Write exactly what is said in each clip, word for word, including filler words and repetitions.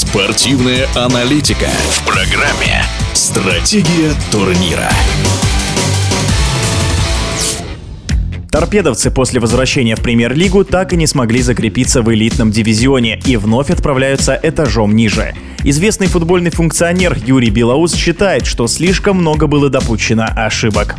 Спортивная аналитика в программе «Стратегия турнира». Торпедовцы после возвращения в премьер-лигу так и не смогли закрепиться в элитном дивизионе и вновь отправляются этажом ниже. Известный футбольный функционер Юрий Белоус считает, что слишком много было допущено ошибок.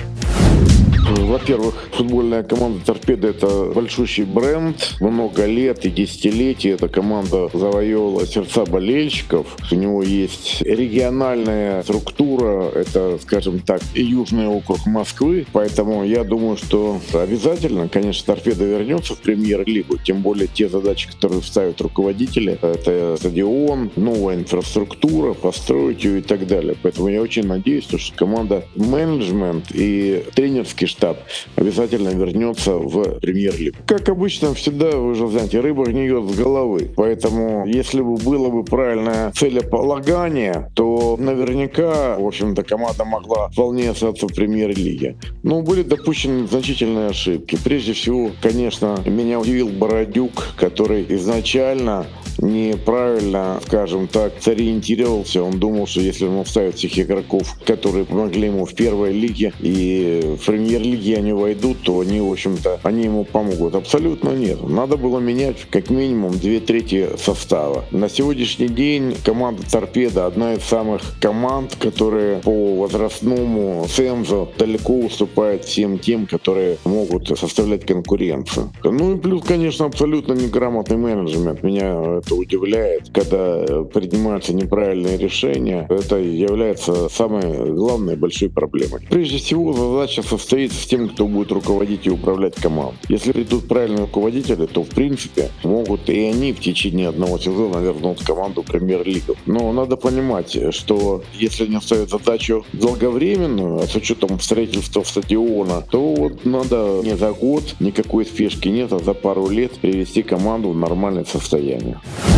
Во-первых, футбольная команда «Торпеда» — это большущий бренд. Много лет и десятилетий эта команда завоевала сердца болельщиков. У него есть региональная структура, это, скажем так, южный округ Москвы. Поэтому я думаю, что обязательно, конечно, «Торпеда» вернется в премьер-лигу. Тем более те задачи, которые ставят руководители, это стадион, новая инфраструктура, построить ее и так далее. Поэтому я очень надеюсь, что команда, менеджмент и тренерский штаб обязательно вернется в премьер-лигу. Как обычно, всегда, вы же знаете, рыба гниет с головы. Поэтому, если бы было бы правильное целеполагание, то наверняка, в общем-то, команда могла вполне остаться в премьер-лиге. Но были допущены значительные ошибки. Прежде всего, конечно, меня удивил Бородюк, который изначально неправильно, скажем так, сориентировался. Он думал, что если он оставит всех игроков, которые помогли ему в первой лиге и в премьер-лиге они войдут, то они, в общем-то, они ему помогут. Абсолютно нет. Надо было менять как минимум две трети состава. На сегодняшний день команда «Торпеда» одна из самых команд, которые по возрастному цензу далеко уступает всем тем, которые могут составлять конкуренцию. Ну и плюс, конечно, абсолютно неграмотный менеджмент. Меня это удивляет, когда принимаются неправильные решения. Это является самой главной большой проблемой. Прежде всего, задача состоит в тем, кто будет руководить и управлять командой. Если придут правильные руководители, то, в принципе, могут и они в течение одного сезона вернуть команду в премьер-лигу. Но надо понимать, что если они ставят задачу долговременную, а с учетом строительства стадиона, то вот надо не за год, никакой спешки нет, а за пару лет привести команду в нормальное состояние.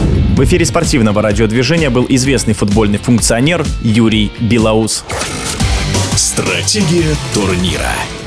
В эфире спортивного радиодвижения был известный футбольный функционер Юрий Белоус. Стратегия турнира.